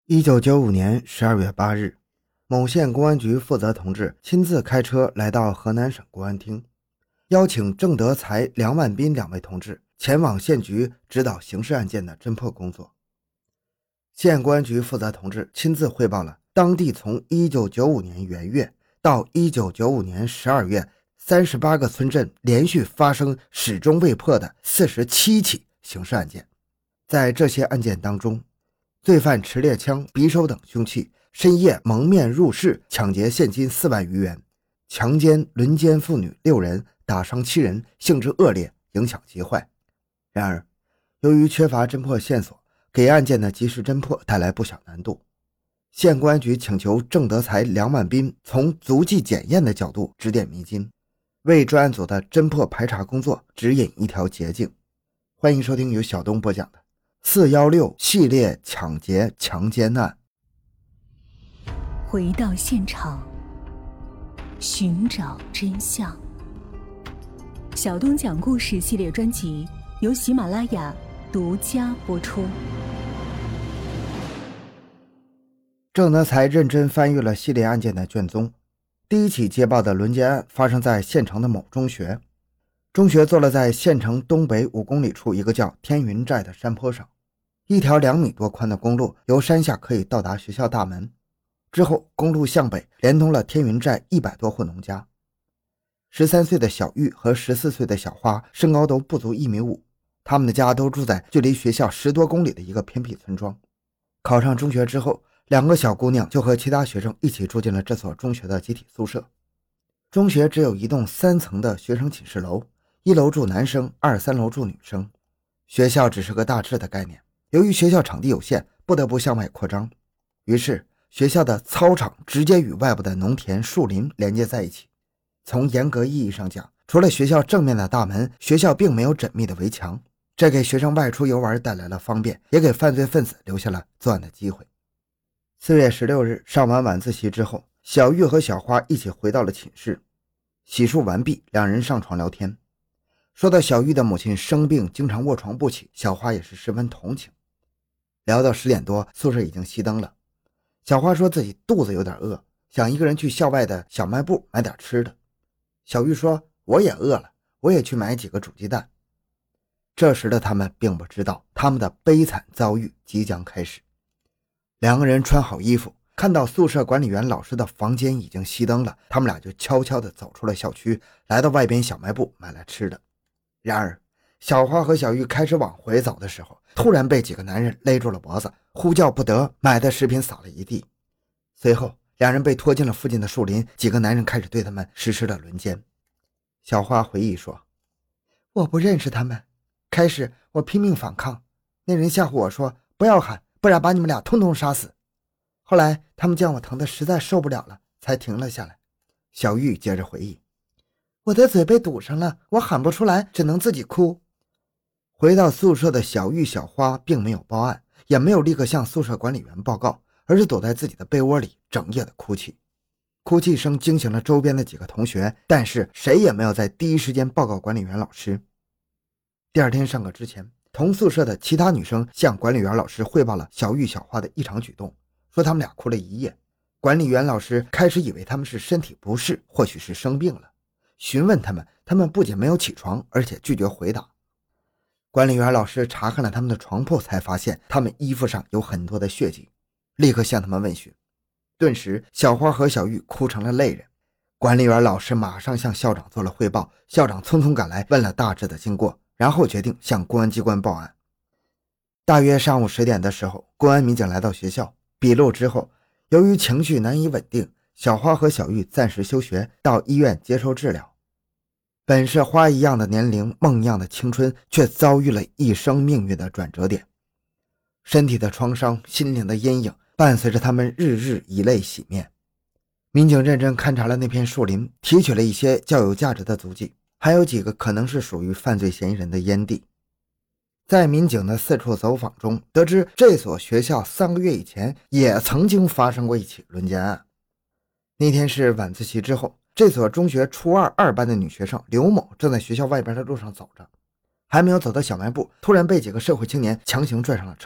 1995年12月8日，某县公安局负责同志亲自开车来到河南省公安厅，邀请郑德才、梁万斌两位同志前往县局指导刑事案件的侦破工作。县公安局负责同志亲自汇报了当地从1995年元月到1995年12月38个村镇连续发生始终未破的47起刑事案件。在这些案件当中，罪犯持猎枪、匕首等凶器，深夜蒙面入室，抢劫现金4万余元，强奸、轮奸妇女6人，打伤7人，性质恶劣，影响极坏。然而，由于缺乏侦破线索，给案件的及时侦破带来不小难度。县公安局请求郑德才、梁万斌从足迹检验的角度指点迷津，为专案组的侦破排查工作指引一条捷径。欢迎收听由小东播讲的416系列抢劫强奸案。 回到现场，寻找真相。小东讲故事系列专辑由喜马拉雅独家播出。 郑德才认真翻阅了系列案件的卷宗。第一起接报的轮奸案发生在县城的某中学，中学坐落在县城东北5公里处一个叫天云寨的山坡上，一条2米多宽的公路由山下可以到达学校大门，之后公路向北连通了天云寨100多户农家。13岁的小玉和14岁的小花身高都不足1.5米，他们的家都住在距离学校10多公里的一个偏僻村庄。考上中学之后，2个小姑娘就和其他学生一起住进了这所中学的集体宿舍。中学只有一栋3层的学生寝室楼，1楼住男生，2、3楼住女生。学校只是个大致的概念，由于学校场地有限，不得不向外扩张，于是学校的操场直接与外部的农田、树林连接在一起。从严格意义上讲，除了学校正面的大门，学校并没有缜密的围墙，这给学生外出游玩带来了方便，也给犯罪分子留下了作案的机会。4月16日上完晚自习之后，小玉和小花一起回到了寝室。洗漱完毕，两人上床聊天。说到小玉的母亲生病，经常卧床不起，小花也是十分同情。聊到10点多，宿舍已经熄灯了。小花说自己肚子有点饿，想一个人去校外的小卖部买点吃的。小玉说我也饿了，我也去买几个煮鸡蛋。这时的他们并不知道，他们的悲惨遭遇即将开始。2个人穿好衣服，看到宿舍管理员老师的房间已经熄灯了，他们俩就悄悄地走出了校区，来到外边小卖部买了吃的。然而小花和小玉开始往回走的时候，突然被几个男人勒住了脖子，呼叫不得，买的食品撒了一地。随后2人被拖进了附近的树林，几个男人开始对他们实施了轮奸。小花回忆说，我不认识他们，开始我拼命反抗，那人吓唬我说不要喊，不然把你们俩通通杀死。后来他们见我疼得实在受不了了，才停了下来。小玉接着回忆，我的嘴被堵上了，我喊不出来，只能自己哭。回到宿舍的小玉、小花并没有报案，也没有立刻向宿舍管理员报告，而是躲在自己的被窝里整夜的哭泣。哭泣声惊醒了周边的几个同学，但是谁也没有在第一时间报告管理员老师。第二天上课之前，同宿舍的其他女生向管理员老师汇报了小玉、小花的异常举动，说他们俩哭了一夜。管理员老师开始以为他们是身体不适，或许是生病了，询问他们不仅没有起床，而且拒绝回答。管理员老师查看了他们的床铺，才发现他们衣服上有很多的血迹，立刻向他们问询。顿时小花和小玉哭成了泪人。管理员老师马上向校长做了汇报，校长匆匆赶来问了大致的经过，然后决定向公安机关报案。大约上午10点的时候，公安民警来到学校笔录之后，由于情绪难以稳定，小花和小玉暂时休学，到医院接受治疗。本是花一样的年龄，梦一样的青春，却遭遇了一生命运的转折点。身体的创伤，心灵的阴影，伴随着他们日日以泪洗面。民警认真勘察了那片树林，提取了一些较有价值的足迹，还有几个可能是属于犯罪嫌疑人的烟蒂。在民警的4处走访中，得知这所学校3个月以前也曾经发生过一起轮奸案。那天是晚自习之后，这所中学初2班的女学生刘某正在学校外边的路上走着，还没有走到小卖部，突然被几个社会青年强行拽上了车，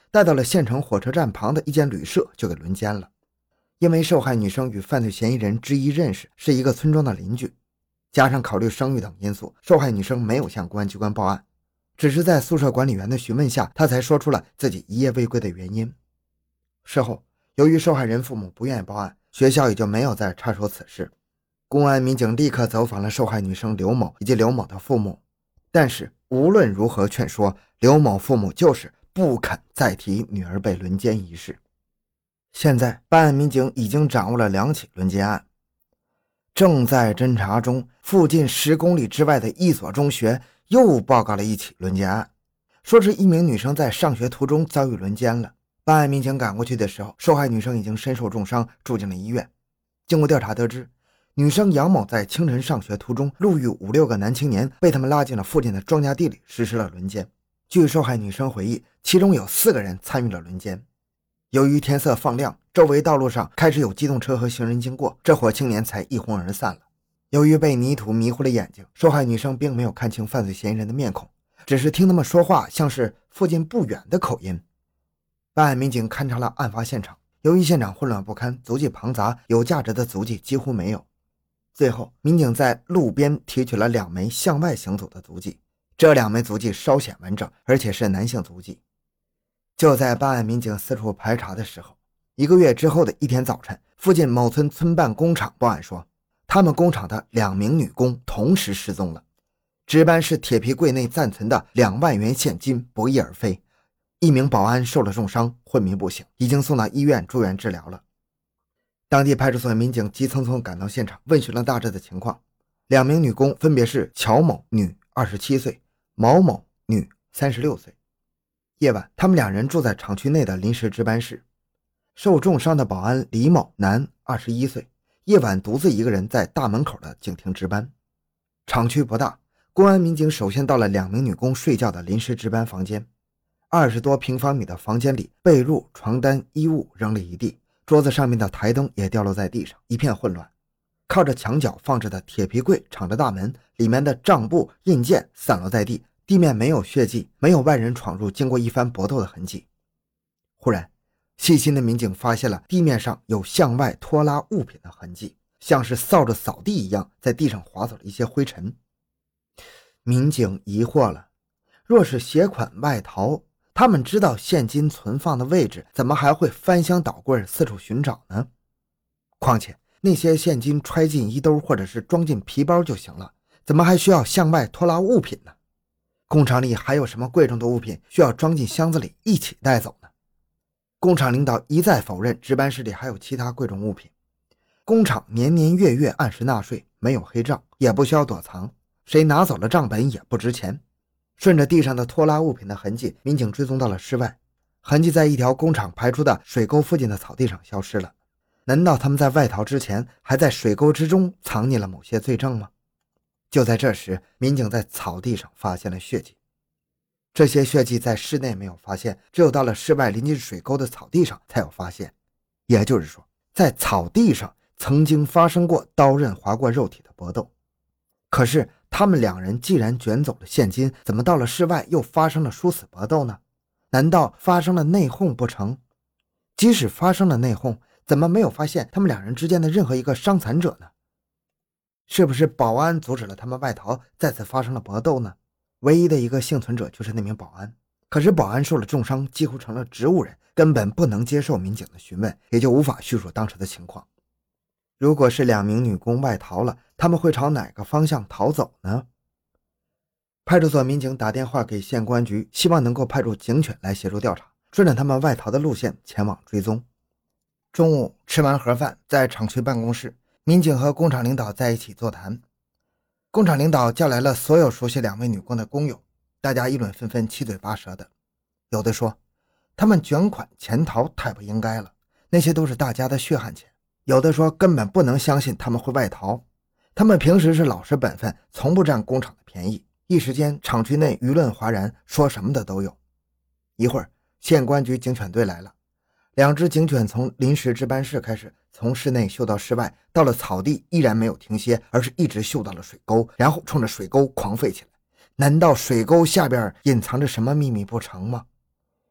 带到了县城火车站旁的一间旅社就给轮奸了。因为受害女生与犯罪嫌疑人之一认识，是一个村庄的邻居，加上考虑生育等因素，受害女生没有向公安机关报案，只是在宿舍管理员的询问下，她才说出了自己一夜未归的原因。事后，由于受害人父母不愿意报案，学校也就没有再插手此事。公安民警立刻走访了受害女生刘某以及刘某的父母，但是无论如何劝说，刘某父母就是不肯再提女儿被轮奸一事。现在办案民警已经掌握了2起轮奸案，正在侦查中。附近10公里之外的一所中学又报告了1起轮奸案，说是一名女生在上学途中遭遇轮奸了。办案民警赶过去的时候，受害女生已经身受重伤，住进了医院。经过调查得知，女生杨某在清晨上学途中路遇5、6个男青年，被他们拉进了附近的庄稼地里实施了轮奸。据受害女生回忆，其中有4个人参与了轮奸。由于天色放亮，周围道路上开始有机动车和行人经过，这伙青年才一哄而散了。由于被泥土迷糊了眼睛，受害女生并没有看清犯罪嫌疑人的面孔，只是听他们说话像是附近不远的口音。办案民警勘察了案发现场，由于现场混乱不堪，足迹庞杂，有价值的足迹几乎没有。最后，民警在路边提取了2枚向外行走的足迹，这2枚足迹稍显完整，而且是男性足迹。就在办案民警四处排查的时候，1个月之后的一天早晨，附近某村村办工厂报案说，他们工厂的2名女工同时失踪了，值班室铁皮柜内暂存的2万元现金不翼而飞，1名保安受了重伤，昏迷不醒，已经送到医院住院治疗了。当地派出所民警急匆匆赶到现场，问询了大致的情况。2名女工分别是乔某女27岁，毛某女36岁。夜晚，他们2人住在厂区内的临时值班室。受重伤的保安李某男21岁，夜晚独自一个人在大门口的警厅值班。厂区不大，公安民警首先到了2名女工睡觉的临时值班房间。20多平方米的房间里，被褥、床单、衣物扔了一地，桌子上面的台灯也掉落在地上，一片混乱。靠着墙角放置的铁皮柜敞着大门，里面的账簿、印件散落在地，地面没有血迹，没有外人闯入经过一番搏斗的痕迹。忽然，细心的民警发现了地面上有向外拖拉物品的痕迹，像是扫帚扫地一样，在地上划走了一些灰尘。民警疑惑了，若是携款外逃，他们知道现金存放的位置，怎么还会翻箱倒柜四处寻找呢？况且那些现金揣进衣兜或者是装进皮包就行了，怎么还需要向外拖拉物品呢？工厂里还有什么贵重的物品需要装进箱子里一起带走呢？工厂领导一再否认值班室里还有其他贵重物品。工厂年年月月按时纳税，没有黑账，也不需要躲藏，谁拿走了账本也不值钱。顺着地上的拖拉物品的痕迹，民警追踪到了室外，痕迹在一条工厂排出的水沟附近的草地上消失了。难道他们在外逃之前还在水沟之中藏匿了某些罪证吗？就在这时，民警在草地上发现了血迹。这些血迹在室内没有发现，只有到了室外临近水沟的草地上才有发现。也就是说，在草地上曾经发生过刀刃划过肉体的搏斗。可是他们2人既然卷走了现金，怎么到了室外又发生了殊死搏斗呢？难道发生了内讧不成？即使发生了内讧，怎么没有发现他们2人之间的任何一个伤残者呢？是不是保安阻止了他们外逃，再次发生了搏斗呢？唯一的一个幸存者就是那名保安，可是保安受了重伤，几乎成了植物人，根本不能接受民警的询问，也就无法叙述当时的情况。如果是2名女工外逃了，他们会朝哪个方向逃走呢？派出所民警打电话给县公安局，希望能够派出警犬来协助调查，顺着他们外逃的路线前往追踪。中午吃完盒饭，在厂区办公室，民警和工厂领导在一起座谈。工厂领导叫来了所有熟悉2位女工的工友，大家议论纷纷，七嘴八舌的。有的说他们卷款潜逃太不应该了，那些都是大家的血汗钱。有的说根本不能相信他们会外逃，他们平时是老实本分，从不占工厂的便宜。一时间厂区内舆论哗然，说什么的都有。一会儿县公安局警犬队来了，2只警犬从临时值班室开始，从室内嗅到室外，到了草地依然没有停歇，而是一直嗅到了水沟，然后冲着水沟狂吠起来。难道水沟下边隐藏着什么秘密不成吗？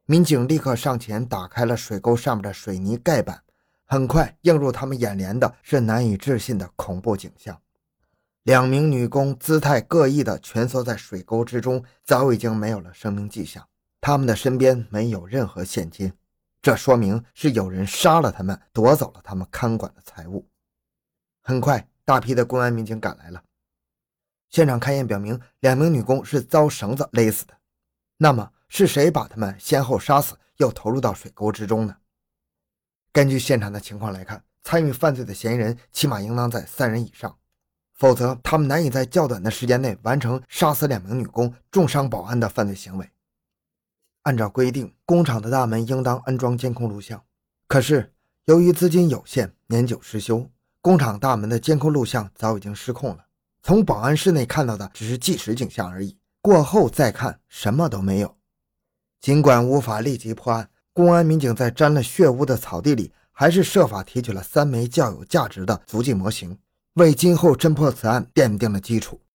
民警立刻上前打开了水沟上面的水泥盖板，很快映入他们眼帘的是难以置信的恐怖景象。2名女工姿态各异地蜷缩在水沟之中，早已经没有了生命迹象，他们的身边没有任何现金，这说明是有人杀了他们，夺走了他们看管的财物。很快，大批的公安民警赶来了。现场勘验表明，2名女工是遭绳子勒死的。那么是谁把他们先后杀死，又投入到水沟之中呢？根据现场的情况来看，参与犯罪的嫌疑人起码应当在3人以上，否则他们难以在较短的时间内完成杀死2名女工、重伤保安的犯罪行为。按照规定，工厂的大门应当安装监控录像，可是由于资金有限，年久失修，工厂大门的监控录像早已经失控了，从保安室内看到的只是即时景象而已，过后再看什么都没有。尽管无法立即破案，公安民警在沾了血污的草地里还是设法提取了3枚较有价值的足迹模型，为今后侦破此案奠定了基础。